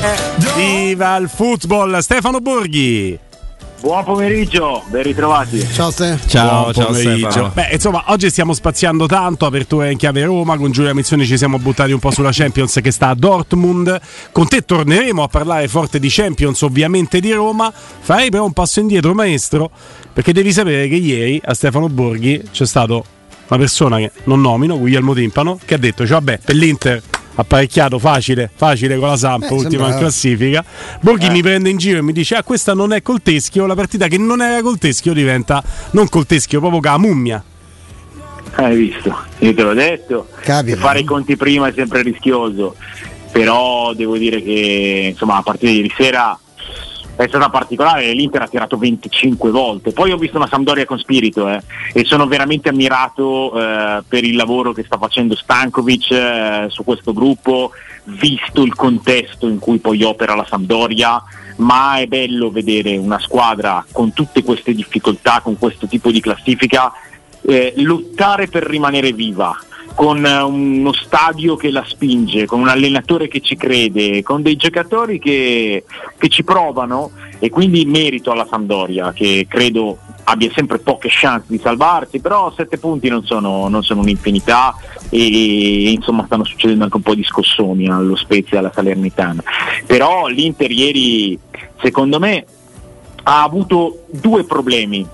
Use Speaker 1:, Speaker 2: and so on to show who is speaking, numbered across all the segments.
Speaker 1: Viva il football, Stefano Borghi.
Speaker 2: Buon pomeriggio, ben ritrovati.
Speaker 3: Ciao Stefano.
Speaker 1: Ciao
Speaker 3: Stefano.
Speaker 1: Beh, insomma, oggi stiamo spaziando tanto, apertura in chiave Roma, con Giulia Mizzoni ci siamo buttati un po' sulla Champions che sta a Dortmund. Con te torneremo a parlare forte di Champions, ovviamente di Roma. Farei però un passo indietro, maestro, perché devi sapere che ieri a Stefano Borghi c'è stato una persona che non nomino, Guglielmo Timpano, che ha detto, cioè, vabbè, per l'Inter apparecchiato facile con la Samp, ultima in classifica. Borghi mi prende in giro e mi dice: questa non è col teschio, la partita che non era col teschio diventa non col teschio, proprio con la mummia.
Speaker 2: Hai visto, io te l'ho detto.
Speaker 3: Capita,
Speaker 2: fare i conti prima è sempre rischioso, però devo dire che insomma la partita di ieri sera è stata particolare. L'Inter ha tirato 25 volte. Poi ho visto una Sampdoria con spirito e sono veramente ammirato per il lavoro che sta facendo Stankovic su questo gruppo, visto il contesto in cui poi opera la Sampdoria. Ma è bello vedere una squadra con tutte queste difficoltà, con questo tipo di classifica, lottare per rimanere viva, con uno stadio che la spinge, con un allenatore che ci crede, con dei giocatori che ci provano, e quindi merito alla Sampdoria, che credo abbia sempre poche chance di salvarsi, però 7 punti non sono un'infinità e insomma stanno succedendo anche un po' di scossoni allo Spezia e alla Salernitana. Però l'Inter ieri secondo me ha avuto 2 problemi,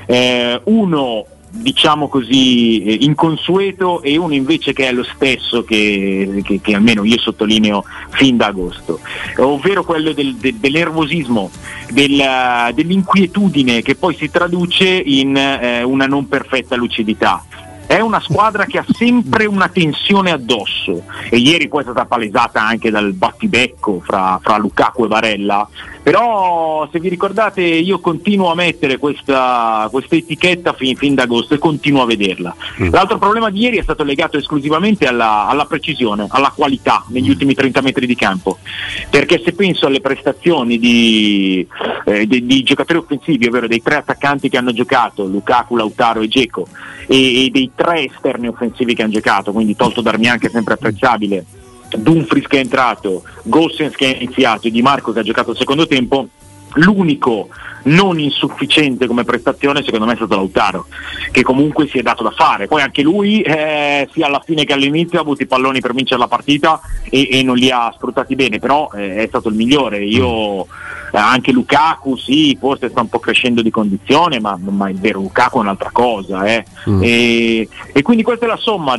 Speaker 2: uno diciamo così inconsueto e uno invece che è lo stesso che almeno io sottolineo fin da agosto, ovvero quello del nervosismo, dell'inquietudine che poi si traduce in una non perfetta lucidità. È una squadra che ha sempre una tensione addosso, e ieri poi è stata palesata anche dal battibecco fra Lukaku e Barella. Però se vi ricordate io continuo a mettere questa etichetta fin d'agosto e continuo a vederla. L'altro problema di ieri è stato legato esclusivamente alla precisione, alla qualità negli ultimi 30 metri di campo, perché se penso alle prestazioni di giocatori offensivi, ovvero dei 3 attaccanti che hanno giocato, Lukaku, Lautaro e Dzeko, e dei 3 esterni offensivi che hanno giocato, quindi tolto Darmian che è sempre apprezzabile, Dumfries che è entrato, Gosens che è iniziato e Di Marco che ha giocato il secondo tempo, l'unico non insufficiente come prestazione secondo me è stato Lautaro, che comunque si è dato da fare. Poi anche lui sia alla fine che all'inizio ha avuto i palloni per vincere la partita e non li ha sfruttati bene, però è stato il migliore. Anche Lukaku sì, forse sta un po' crescendo di condizione, ma è vero, Lukaku è un'altra cosa e quindi questa è la somma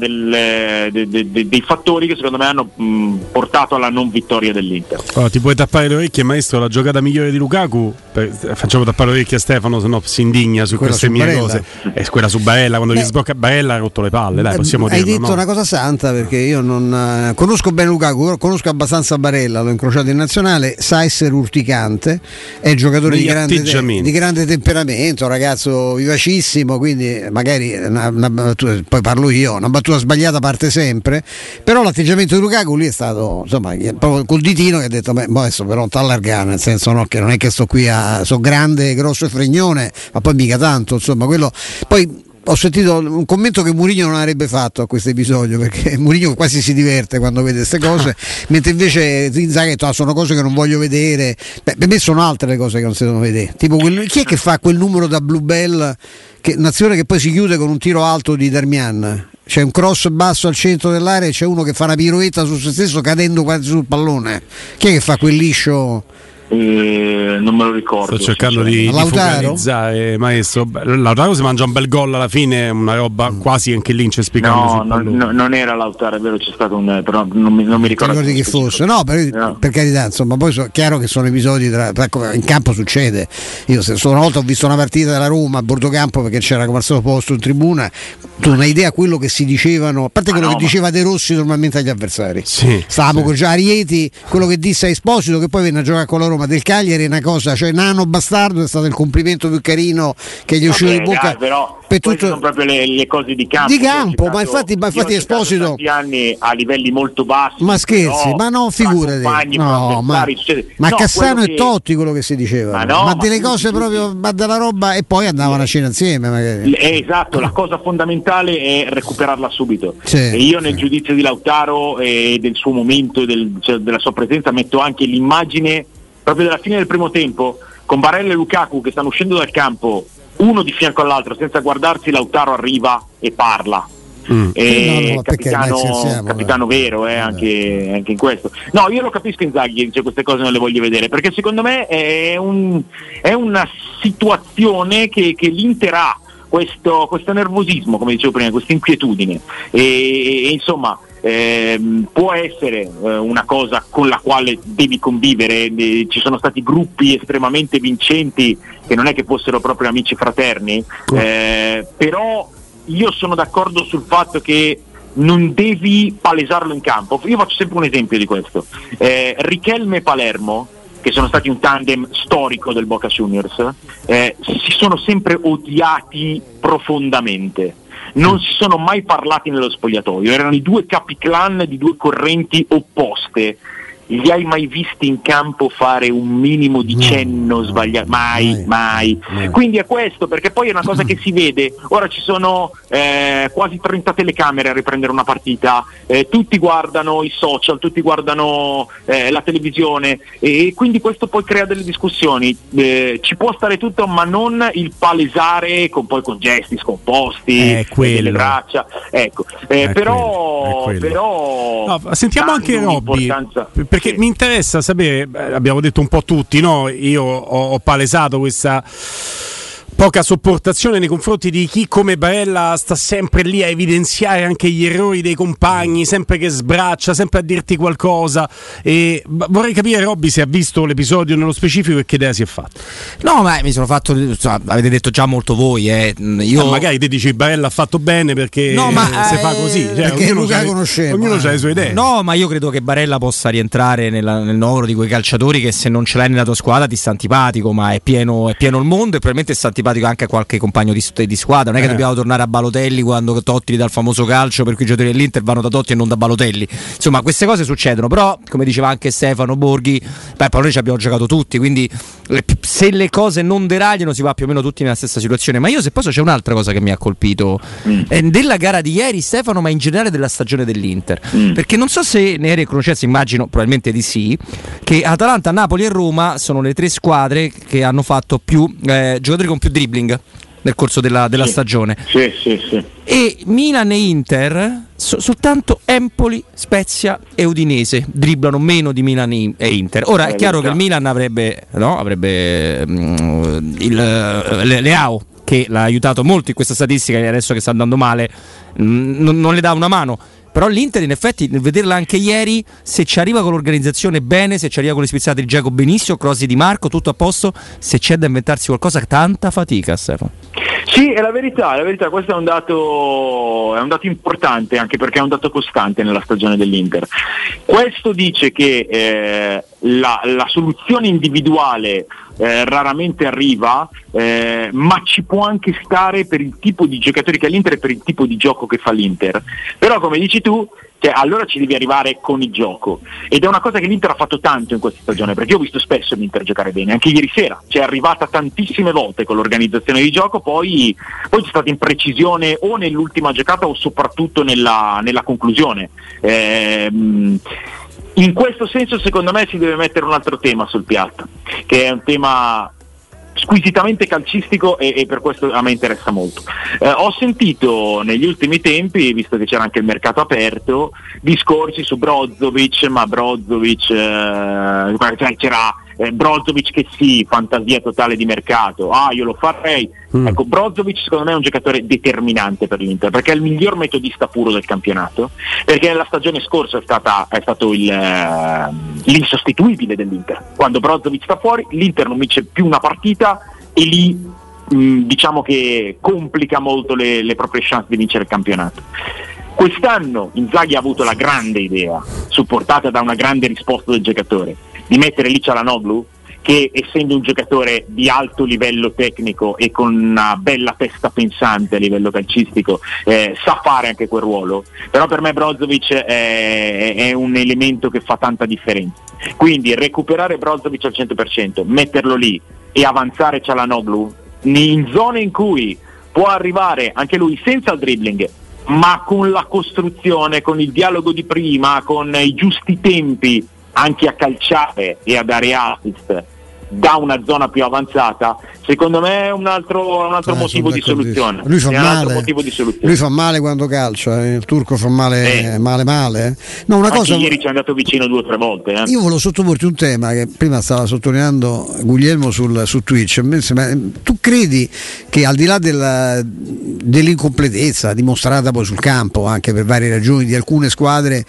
Speaker 2: dei fattori che secondo me hanno portato alla non vittoria dell'Inter.
Speaker 1: Ti puoi tappare le orecchie, maestro, la giocata migliore di Lukaku? Facciamo tappare le orecchie a Stefano, se no si indigna su
Speaker 3: quella
Speaker 1: queste
Speaker 3: su
Speaker 1: mie
Speaker 3: Barella.
Speaker 1: cose. È quella su Barella, quando gli sblocca Barella ha rotto le palle, dai, possiamo dirlo.
Speaker 3: Hai detto una cosa santa, perché io non conosco bene Lukaku, conosco abbastanza Barella, l'ho incrociato in nazionale, sa essere urticante, è giocatore di grande temperamento, ragazzo vivacissimo, quindi magari poi parlo io, una battuta sbagliata parte sempre, però l'atteggiamento di Lukaku lì è stato insomma proprio col ditino, che ha detto adesso però non t'allargare, nel senso che non è che sto qui so grande, grosso e fregnone, ma poi mica tanto, insomma, quello. Poi ho sentito un commento che Mourinho non avrebbe fatto a questo episodio, perché Mourinho quasi si diverte quando vede queste cose, mentre invece Inzaghi ha detto sono cose che non voglio vedere. Per me sono altre le cose che non si devono vedere, tipo chi è che fa quel numero da Bluebell, un'azione che poi si chiude con un tiro alto di Darmian? C'è un cross basso al centro dell'area e c'è uno che fa una piroetta su se stesso cadendo quasi sul pallone. Chi è che fa quel liscio?
Speaker 2: Non me lo ricordo.
Speaker 1: Sto cercando di focalizzare, maestro. Lautaro si mangia un bel gol alla fine, una roba quasi anche lì incespicato.
Speaker 2: No, non era Lautaro, è vero, c'è stato però non mi ricordo
Speaker 3: chi fosse. No, per carità, insomma, poi chiaro che sono episodi in campo succede. Io una volta ho visto una partita della Roma a bordo campo, perché c'era come al suo posto in tribuna, tu non hai idea quello che si dicevano, a parte quello che diceva De Rossi normalmente agli avversari.
Speaker 1: Stavamo
Speaker 3: con già Arieti, quello che disse a Esposito, che poi venne a giocare con la Roma Roma, del Cagliari è una cosa, cioè nano bastardo è stato il complimento più carino che gli è uscito di bocca.
Speaker 2: Però
Speaker 3: per
Speaker 2: tutto sono proprio le cose di campo.
Speaker 3: Di campo, ma infatti Esposito
Speaker 2: tanti anni a livelli molto bassi.
Speaker 3: Ma scherzi, ma no, figurati. No, ma Cassano e Totti quello che si diceva. Ma delle cose proprio, ma della roba, e poi andavano a cena insieme magari.
Speaker 2: Esatto, la cosa fondamentale è recuperarla subito.
Speaker 3: Sì,
Speaker 2: e io nel giudizio di Lautaro e del suo momento, della sua presenza, metto anche l'immagine proprio della fine del primo tempo con Barella e Lukaku che stanno uscendo dal campo uno di fianco all'altro senza guardarsi. Lautaro arriva e parla. Capitano vero anche in questo. No, io lo capisco Inzaghi, dice queste cose non le voglio vedere, perché secondo me è una situazione che l'Inter ha questo nervosismo, come dicevo prima, questa inquietudine e insomma può essere una cosa con la quale devi convivere. Ci sono stati gruppi estremamente vincenti che non è che fossero proprio amici fraterni, però io sono d'accordo sul fatto che non devi palesarlo in campo. Io faccio sempre un esempio di questo. Richelme e Palermo, che sono stati un tandem storico del Boca Juniors, si sono sempre odiati profondamente. Non si sono mai parlati nello spogliatoio, erano i due capiclan di due correnti opposte. Li hai mai visti in campo fare un minimo di cenno sbagliato? Mai. Quindi è questo, perché poi è una cosa che si vede. Ora ci sono quasi 30 telecamere a riprendere una partita, tutti guardano i social, tutti guardano la televisione, e quindi questo poi crea delle discussioni. Ci può stare tutto, ma non il palesare con gesti scomposti, delle braccia. Ecco, però
Speaker 1: no, sentiamo anche Robby, perché mi interessa sapere, abbiamo detto un po' tutti, no? Io ho palesato questa poca sopportazione nei confronti di chi come Barella sta sempre lì a evidenziare anche gli errori dei compagni, sempre che sbraccia, sempre a dirti qualcosa, e vorrei capire Robby se ha visto l'episodio nello specifico e che idea si è fatto.
Speaker 4: No, ma mi sono fatto, avete detto già molto voi, io
Speaker 1: magari te dici Barella ha fatto bene perché se fa così, cioè, ognuno ha le sue idee.
Speaker 4: No, ma io credo che Barella possa rientrare nel novero di quei calciatori che se non ce l'hai nella tua squadra ti sta antipatico, ma è pieno il mondo e probabilmente sta antipatico anche a qualche compagno di squadra. Non è che dobbiamo tornare a Balotelli quando Totti gli dà il famoso calcio per cui i giocatori dell'Inter vanno da Totti e non da Balotelli. Insomma, queste cose succedono, però come diceva anche Stefano Borghi, poi noi ci abbiamo giocato tutti, quindi se le cose non deragliano si va più o meno tutti nella stessa situazione. Ma io, se posso, c'è un'altra cosa che mi ha colpito della gara di ieri, Stefano, ma in generale della stagione dell'Inter, perché non so se ne eri a conoscenza, immagino probabilmente di sì, che Atalanta, Napoli e Roma sono le tre squadre che hanno fatto più giocatori con più dribbling nel corso della stagione.
Speaker 2: Sì.
Speaker 4: E Milan e Inter soltanto Empoli, Spezia e Udinese dribblano meno di Milan e Inter. Ora è chiaro che il Milan avrebbe Leao, che l'ha aiutato molto in questa statistica, e adesso che sta andando male non le dà una mano. Però l'Inter, in effetti, nel vederla anche ieri, se ci arriva con l'organizzazione bene, se ci arriva con le spizzate di Dzeko benissimo, crossi di Marco, tutto a posto, se c'è da inventarsi qualcosa, tanta fatica, Stefano.
Speaker 2: Sì, è la verità, questo è un dato importante, anche perché è un dato costante nella stagione dell'Inter. Questo dice che la soluzione individuale raramente arriva, ma ci può anche stare per il tipo di giocatori che ha l'Inter e per il tipo di gioco che fa l'Inter. Però, come dici tu, allora ci devi arrivare con il gioco, ed è una cosa che l'Inter ha fatto tanto in questa stagione, perché io ho visto spesso l'Inter giocare bene, anche ieri sera è arrivata tantissime volte con l'organizzazione di gioco, poi c'è stata imprecisione o nell'ultima giocata o soprattutto nella conclusione. In questo senso, secondo me, si deve mettere un altro tema sul piatto, che è un tema squisitamente calcistico, e per questo a me interessa molto. Ho sentito negli ultimi tempi, visto che c'era anche il mercato aperto, discorsi su Brozovic, ma Brozovic c'era Brozovic che sì, fantasia totale di mercato, io lo farei. Ecco, Brozovic secondo me è un giocatore determinante per l'Inter, perché è il miglior metodista puro del campionato, perché nella stagione scorsa è stato l'insostituibile dell'Inter. Quando Brozovic sta fuori, l'Inter non vince più una partita, e lì diciamo che complica molto le proprie chance di vincere il campionato. Quest'anno Inzaghi ha avuto la grande idea, supportata da una grande risposta del giocatore, di mettere lì Çalhanoğlu che essendo un giocatore di alto livello tecnico e con una bella testa pensante a livello calcistico sa fare anche quel ruolo, però per me Brozovic è un elemento che fa tanta differenza, quindi recuperare Brozovic al 100%, metterlo lì e avanzare Çalhanoğlu in zone in cui può arrivare anche lui senza il dribbling, ma con la costruzione, con il dialogo di prima, con i giusti tempi anche a calciare e a dare assist da una zona più avanzata, secondo me è un altro motivo di soluzione.
Speaker 3: Lui fa male quando calcia, il turco fa male male. No, una
Speaker 2: anche
Speaker 3: cosa,
Speaker 2: ieri ci è andato vicino 2 o 3 volte.
Speaker 3: Io volevo sottoporti un tema che prima stava sottolineando Guglielmo su Twitch. Tu credi che al di là dell'incompletezza dimostrata poi sul campo, anche per varie ragioni di alcune squadre,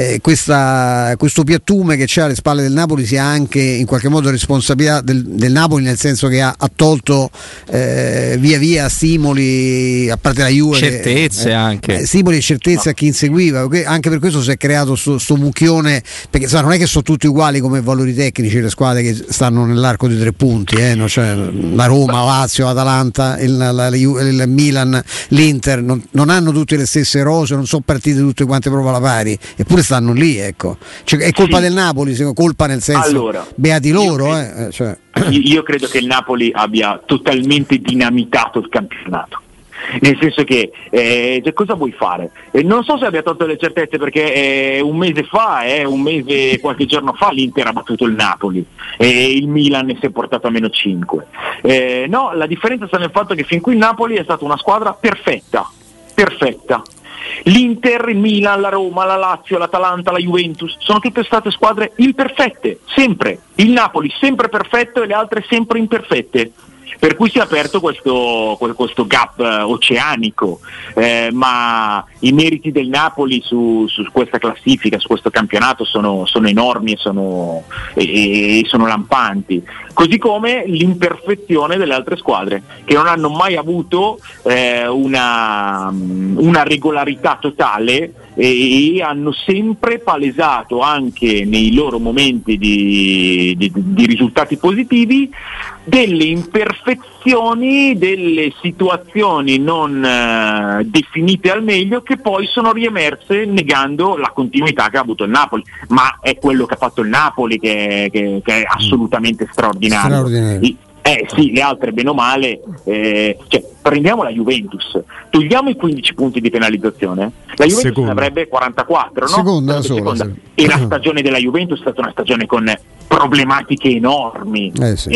Speaker 3: questo piattume che c'è alle spalle del Napoli sia anche in qualche modo responsabilità del Napoli, nel senso che ha tolto via via stimoli, a parte la Juve,
Speaker 4: certezze anche
Speaker 3: stimoli e certezze a chi inseguiva, anche per questo si è creato sto mucchione, perché non è che sono tutti uguali come valori tecnici le squadre che stanno nell'arco di 3 punti, no? Cioè, la Roma, Lazio, l'Atalanta, il Milan, l'Inter non hanno tutte le stesse rose, non sono partite tutte quante proprio alla pari, eppure stanno lì, ecco. Cioè, è colpa del Napoli, colpa nel senso, beati loro,
Speaker 2: Io credo che il Napoli abbia totalmente dinamitato il campionato, nel senso che cosa vuoi fare? Non so se abbia tolto le certezze, perché un mese qualche giorno fa l'Inter ha battuto il Napoli e il Milan si è portato a -5. No, la differenza sta nel fatto che fin qui il Napoli è stata una squadra perfetta. L'Inter, il Milan, la Roma, la Lazio, l'Atalanta, la Juventus sono tutte state squadre imperfette, sempre. Il Napoli sempre perfetto e le altre sempre imperfette. Per cui si è aperto questo gap oceanico, ma i meriti del Napoli su questa classifica, su questo campionato sono enormi e sono lampanti, così come l'imperfezione delle altre squadre che non hanno mai avuto una regolarità totale e hanno sempre palesato anche nei loro momenti di risultati positivi delle imperfezioni, delle situazioni non definite al meglio, che poi sono riemerse negando la continuità che ha avuto il Napoli. Ma è quello che ha fatto il Napoli che è assolutamente straordinario. Sì, le altre bene o male, prendiamo la Juventus, togliamo i 15 punti di penalizzazione, la Juventus ne avrebbe 44, no?
Speaker 3: Seconda. Sì.
Speaker 2: E la stagione della Juventus è stata una stagione con problematiche enormi.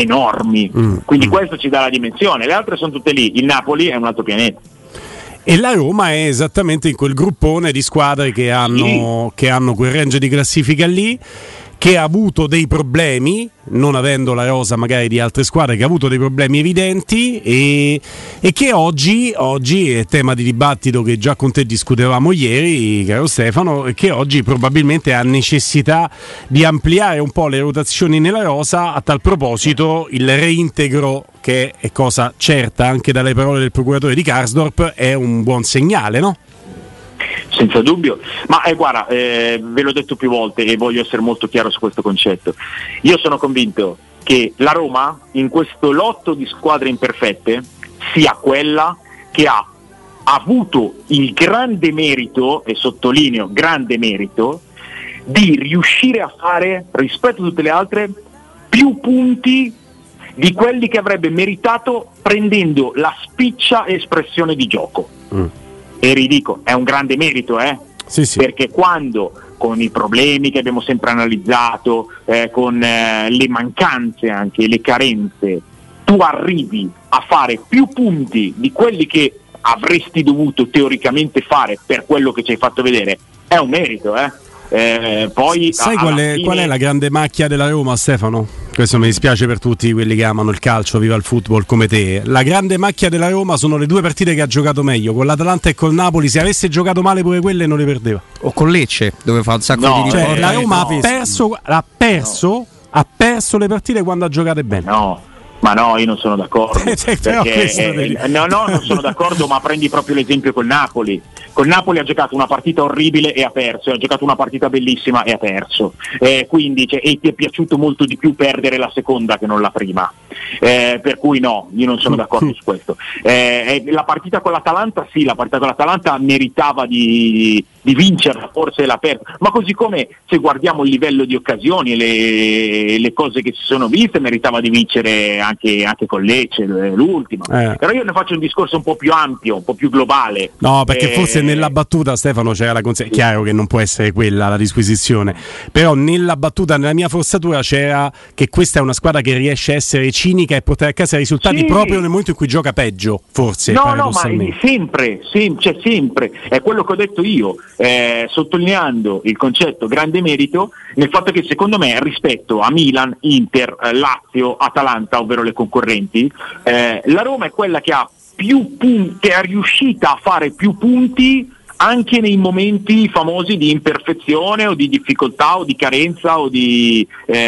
Speaker 2: Quindi questo ci dà la dimensione, le altre sono tutte lì, il Napoli è un altro pianeta.
Speaker 1: E la Roma è esattamente in quel gruppone di squadre che hanno quel range di classifica lì, che ha avuto dei problemi, non avendo la rosa magari di altre squadre, che ha avuto dei problemi evidenti e che oggi è tema di dibattito che già con te discutevamo ieri, caro Stefano, e che oggi probabilmente ha necessità di ampliare un po' le rotazioni nella rosa. A tal proposito il reintegro, che è cosa certa anche dalle parole del procuratore di Karsdorp, è un buon segnale, no?
Speaker 2: Senza dubbio, ma guarda, ve l'ho detto più volte e voglio essere molto chiaro su questo concetto. Io sono convinto che la Roma in questo lotto di squadre imperfette sia quella che ha avuto il grande merito, e sottolineo grande merito, di riuscire a fare, rispetto a tutte le altre, più punti di quelli che avrebbe meritato prendendo la spiccia espressione di gioco. E ridico, è un grande merito,
Speaker 1: Sì.
Speaker 2: Perché quando, con i problemi che abbiamo sempre analizzato, con le mancanze anche, le carenze, tu arrivi a fare più punti di quelli che avresti dovuto teoricamente fare per quello che ci hai fatto vedere, è un merito, Poi
Speaker 1: sai qual è la grande macchia della Roma, Stefano? Questo mi dispiace per tutti quelli che amano il calcio, viva il football come te. La grande macchia della Roma sono le 2 partite che ha giocato meglio, con l'Atalanta e col Napoli. Se avesse giocato male pure quelle non le perdeva.
Speaker 4: O con Lecce, dove fa un sacco di riporti.
Speaker 1: Cioè, la Roma ha perso le partite quando ha giocato bene.
Speaker 2: Ma no, io non sono d'accordo. Non sono d'accordo, ma prendi proprio l'esempio col Napoli. Con Napoli ha giocato una partita orribile e ha perso, ha giocato una partita bellissima e ha perso, quindi e ti è piaciuto molto di più perdere la seconda che non la prima, per cui no, io non sono d'accordo su questo. La partita con l'Atalanta, sì, la partita con l'Atalanta meritava di vincerla, forse l'ha persa, ma così come se guardiamo il livello di occasioni e le cose che si sono viste, meritava di vincere anche con Lecce l'ultima. Però io ne faccio un discorso un po' più ampio, un po' più globale.
Speaker 1: No, perché forse nella battuta, Stefano, c'era è chiaro che non può essere quella la disquisizione, però nella battuta, nella mia forzatura, c'era che questa è una squadra che riesce a essere cinica e portare a casa risultati proprio nel momento in cui gioca peggio, forse.
Speaker 2: No, ma sempre, è quello che ho detto io, sottolineando il concetto grande merito nel fatto che secondo me rispetto a Milan, Inter, Lazio, Atalanta, ovvero le concorrenti, la Roma è quella che ha più punti, che è riuscita a fare più punti anche nei momenti famosi di imperfezione o di difficoltà o di carenza o di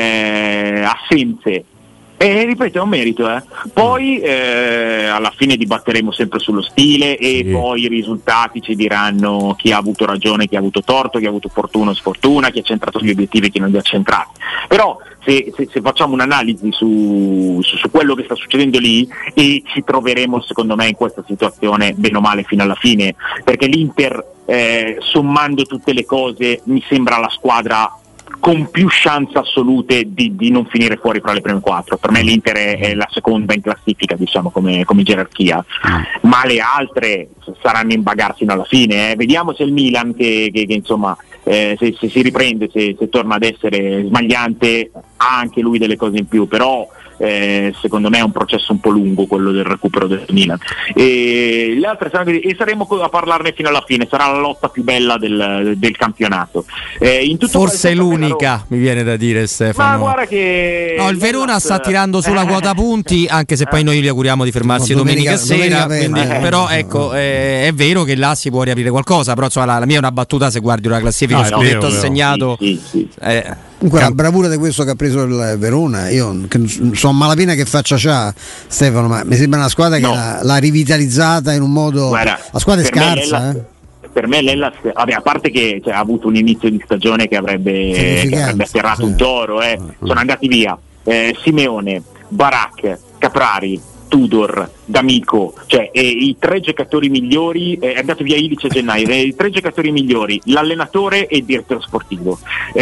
Speaker 2: assenze. E ripeto, è un merito, Poi alla fine dibatteremo sempre sullo stile e poi i risultati ci diranno chi ha avuto ragione, chi ha avuto torto, chi ha avuto fortuna o sfortuna, chi ha centrato gli obiettivi e chi non li ha centrati. Però se facciamo un'analisi su quello che sta succedendo lì, e ci troveremo secondo me in questa situazione bene o male fino alla fine, perché l'Inter, sommando tutte le cose, mi sembra la squadra con più chance assolute di non finire fuori fra le prime 4. Per me l'Inter è la seconda in classifica, diciamo, come gerarchia, ma le altre saranno in bagarre fino alla fine. Vediamo se il Milan che insomma se si riprende, se torna ad essere smagliante, ha anche lui delle cose in più, però secondo me è un processo un po' lungo quello del recupero del Milan, e le altre saremo a parlarne fino alla fine. Sarà la lotta più bella del campionato, in tutto
Speaker 4: forse l'unica, mi viene da dire, Stefano.
Speaker 2: Ma guarda che
Speaker 4: il Verona sta tirando sulla quota punti, anche se poi noi gli auguriamo di fermarsi domenica sera, quindi, però ecco, è vero che là si può riaprire qualcosa, però insomma, la mia è una battuta, se guardi una classifica, scudetto assegnato.
Speaker 2: Sì.
Speaker 3: Comunque la bravura di questo che ha preso il Verona, io sono malapena che faccia cià, Stefano, ma mi sembra una squadra che l'ha rivitalizzata in un modo.
Speaker 2: Guarda,
Speaker 3: la squadra è scarsa,
Speaker 2: per me l'Hellas, a parte che ha avuto un inizio di stagione che avrebbe atterrato un toro, sono andati via Simeone, Barak, Caprari, Tudor, D'Amico, cioè i 3 giocatori migliori, è andato via Ilic a gennaio, i 3 giocatori migliori, l'allenatore e il direttore sportivo.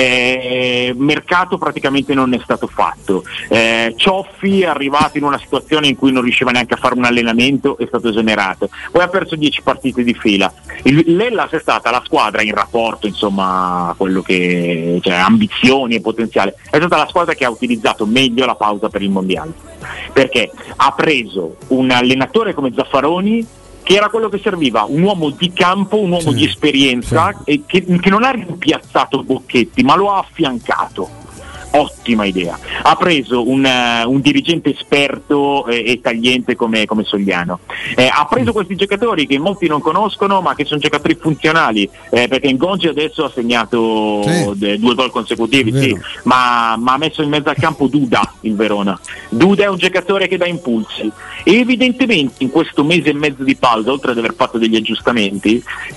Speaker 2: Mercato praticamente non è stato fatto. Cioffi è arrivato in una situazione in cui non riusciva neanche a fare un allenamento, è stato esonerato. Poi ha perso 10 partite di fila. L'Hellas è stata la squadra in rapporto, insomma, a quello che, cioè, ambizioni e potenziale, è stata la squadra che ha utilizzato meglio la pausa per il mondiale, perché ha preso un allenatore come Zaffaroni, che era quello che serviva, un uomo di campo, un uomo di esperienza, e che non ha rimpiazzato Bocchetti, ma lo ha affiancato. Ottima idea. Ha preso un dirigente esperto e tagliente come Sogliano. Ha preso questi giocatori che molti non conoscono, ma che sono giocatori funzionali, perché Ngongi adesso ha segnato 2 gol consecutivi, ma ha messo in mezzo al campo Duda, il Verona. Duda è un giocatore che dà impulsi, e evidentemente in questo mese e mezzo di pausa, oltre ad aver fatto degli aggiustamenti,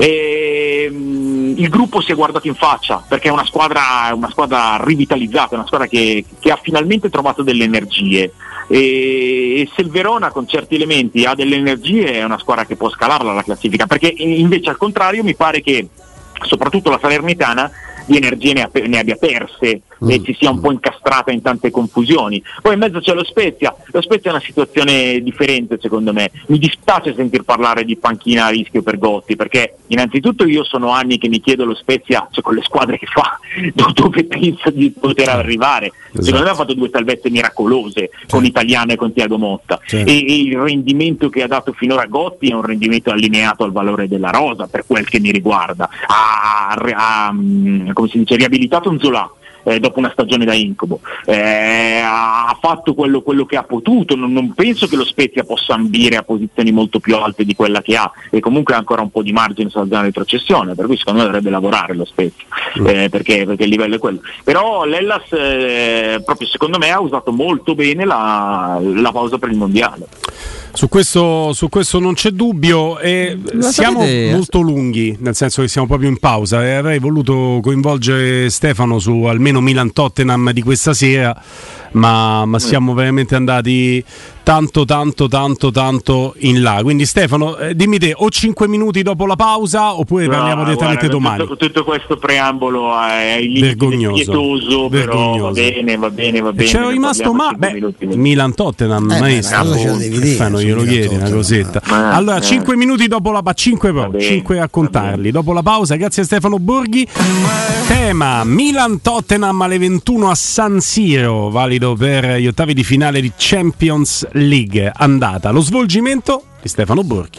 Speaker 2: il gruppo si è guardato in faccia, perché è una squadra rivitalizzata, una squadra che ha finalmente trovato delle energie, e se il Verona con certi elementi ha delle energie, è una squadra che può scalarla la classifica, perché invece al contrario mi pare che soprattutto la Salernitana di energie ne abbia perse e si sia un po' incastrata in tante confusioni. Poi in mezzo c'è lo Spezia è una situazione differente secondo me. Mi dispiace sentir parlare di panchina a rischio per Gotti, perché innanzitutto io sono anni che mi chiedo lo Spezia, cioè con le squadre che fa, dove pensa di poter arrivare. Secondo me ha fatto 2 salvezze miracolose con Italiano e con Thiago Motta, e il rendimento che ha dato finora Gotti è un rendimento allineato al valore della rosa, per quel che mi riguarda. Ha come si dice, riabilitato un Zola, dopo una stagione da incubo. Ha fatto quello che ha potuto, non penso che lo Spezia possa ambire a posizioni molto più alte di quella che ha, e comunque ha ancora un po' di margine sulla zona di retrocessione, per cui secondo me dovrebbe lavorare lo Spezia, perché il livello è quello. Però l'Hellas proprio secondo me ha usato molto bene la pausa per il mondiale.
Speaker 1: Su questo non c'è dubbio, e siamo molto lunghi, nel senso che siamo proprio in pausa, e avrei voluto coinvolgere Stefano su almeno Milan-Tottenham di questa sera, ma siamo veramente andati tanto in là. Quindi Stefano, dimmi te, o 5 minuti dopo la pausa oppure parliamo direttamente domani.
Speaker 2: Tutto questo preambolo è pietoso, però va bene.
Speaker 1: C'ero rimasto Milan-Tottenham, maestro, Stefano, glielo chiedi una cosetta. Allora 5 minuti dopo la 5 a contarli dopo la pausa. Grazie a Stefano Borghi. Tema Milan-Tottenham alle 21 a San Siro, valido per gli ottavi di finale di Champions League andata. Lo svolgimento di Stefano Borghi.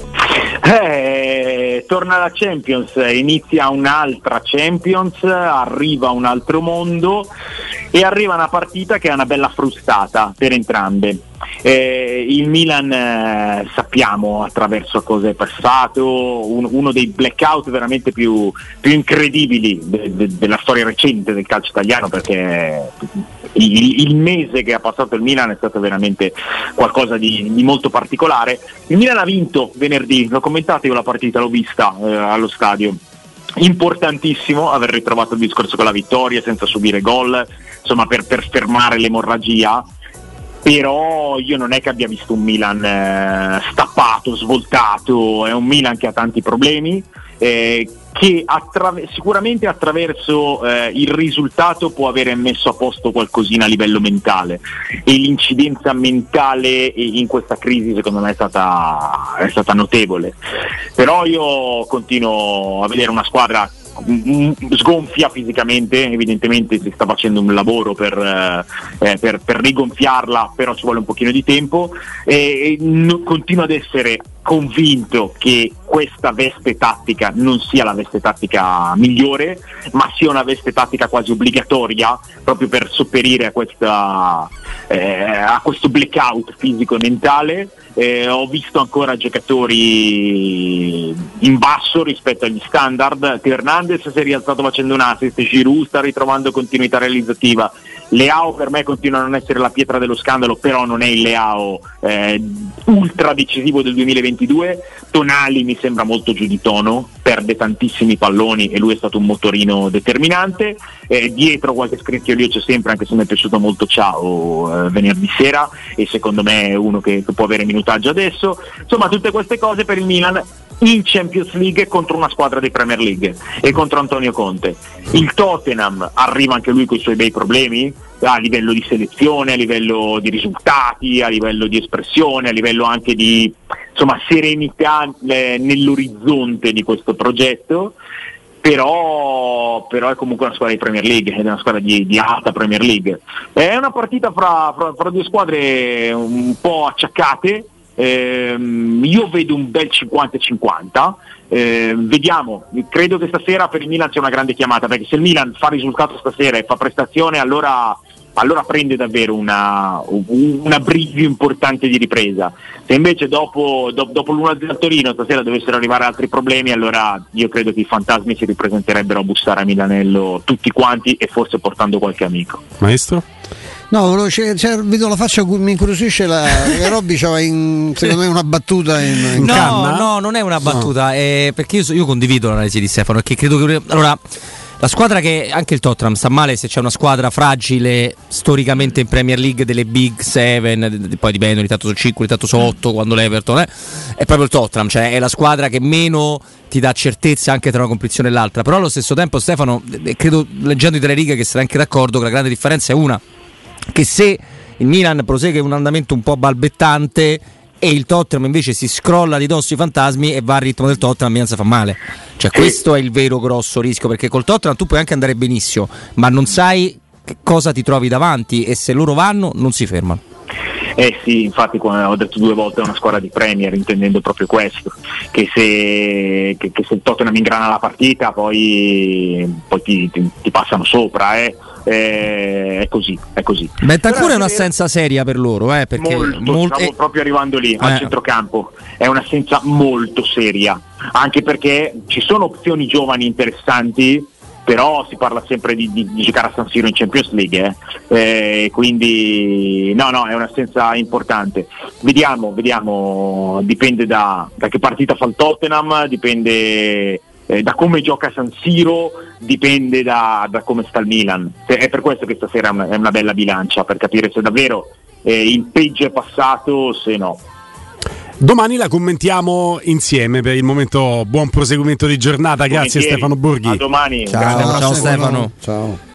Speaker 2: Torna la Champions, inizia un'altra Champions, arriva un altro mondo e arriva una partita che è una bella frustata per entrambe. Il Milan sappiamo attraverso cosa è passato, uno dei blackout veramente più incredibili della storia recente del calcio italiano, perché il mese che ha passato il Milan è stato veramente qualcosa di molto particolare. Il Milan ha vinto venerdì, l'ho commentato io la partita, l'ho vista allo stadio. Importantissimo aver ritrovato il discorso con la vittoria senza subire gol, insomma, per fermare l'emorragia. Però io non è che abbia visto un Milan stappato, svoltato, è un Milan che ha tanti problemi, che sicuramente attraverso il risultato può avere messo a posto qualcosina a livello mentale, e l'incidenza mentale in questa crisi secondo me è stata notevole. Però io continuo a vedere una squadra sgonfia fisicamente, evidentemente si sta facendo un lavoro per rigonfiarla, però ci vuole un pochino di tempo, e continuo ad essere convinto che questa veste tattica non sia la veste tattica migliore, ma sia una veste tattica quasi obbligatoria proprio per sopperire a questo blackout fisico e mentale. Ho visto ancora giocatori in basso rispetto agli standard. Hernandez si è rialzato facendo un assist, Giroud sta ritrovando continuità realizzativa, Leao per me continua a non essere la pietra dello scandalo, però non è il Leao ultra decisivo del 2022. Tonali mi sembra molto giù di tono, perde tantissimi palloni e lui è stato un motorino determinante. Dietro qualche scricchiolio c'è sempre, anche se mi è piaciuto molto Ciao venerdì sera, e secondo me è uno che può avere minutaggio adesso. Insomma, tutte queste cose per il Milan in Champions League contro una squadra di Premier League e contro Antonio Conte. Il Tottenham arriva anche lui con i suoi bei problemi a livello di selezione, a livello di risultati, a livello di espressione, a livello anche di serenità nell'orizzonte di questo progetto. Però è comunque una squadra di Premier League, è una squadra di alta Premier League. È una partita fra due squadre un po' acciaccate. Io vedo un bel 50-50. Vediamo, credo che stasera per il Milan c'è una grande chiamata, perché se il Milan fa risultato stasera e fa prestazione, allora prende davvero un abbrivio importante di ripresa. Se invece dopo l'1-0 a Torino stasera dovessero arrivare altri problemi, allora io credo che i fantasmi si ripresenterebbero a bussare a Milanello tutti quanti, e forse portando qualche amico.
Speaker 1: Maestro?
Speaker 3: No, vedo la faccia, mi incuriosisce che Robby c'aveva secondo me una battuta in canna.
Speaker 4: No, non è una battuta, perché io condivido l'analisi di Stefano, perché credo che la squadra, che anche il Tottenham sta male, se c'è una squadra fragile storicamente in Premier League delle Big 7, poi dipende, ogni tanto su 5, ogni tanto su 8 quando l'Everton è proprio il Tottenham, cioè è la squadra che meno ti dà certezza anche tra una competizione e l'altra. Però allo stesso tempo, Stefano, credo, leggendo i telerighe, che sarai anche d'accordo che la grande differenza è una, che se il Milan prosegue un andamento un po' balbettante e il Tottenham invece si scrolla di dosso i fantasmi e va al ritmo del Tottenham, Milan si fa male. Cioè questo è il vero grosso rischio, perché col Tottenham tu puoi anche andare benissimo, ma non sai che cosa ti trovi davanti, e se loro vanno non si fermano.
Speaker 2: Sì, infatti ho detto 2 volte è una squadra di Premier, intendendo proprio questo, che se il Tottenham ingrana la partita poi ti passano sopra, è così.
Speaker 4: Bentancur è un'assenza seria per loro, perché
Speaker 2: stavo proprio arrivando lì al centrocampo, è un'assenza molto seria, anche perché ci sono opzioni giovani interessanti, però si parla sempre di giocare a San Siro in Champions League, quindi no, è un'assenza importante. Vediamo, dipende da che partita fa il Tottenham, dipende da come gioca a San Siro, dipende da come sta il Milan. È per questo che stasera è una bella bilancia, per capire se davvero il peggio è passato, se no.
Speaker 1: Domani la commentiamo insieme. Per il momento buon proseguimento di giornata, grazie Stefano Borghi.
Speaker 2: A domani.
Speaker 3: Ciao
Speaker 4: Stefano.
Speaker 3: Ciao.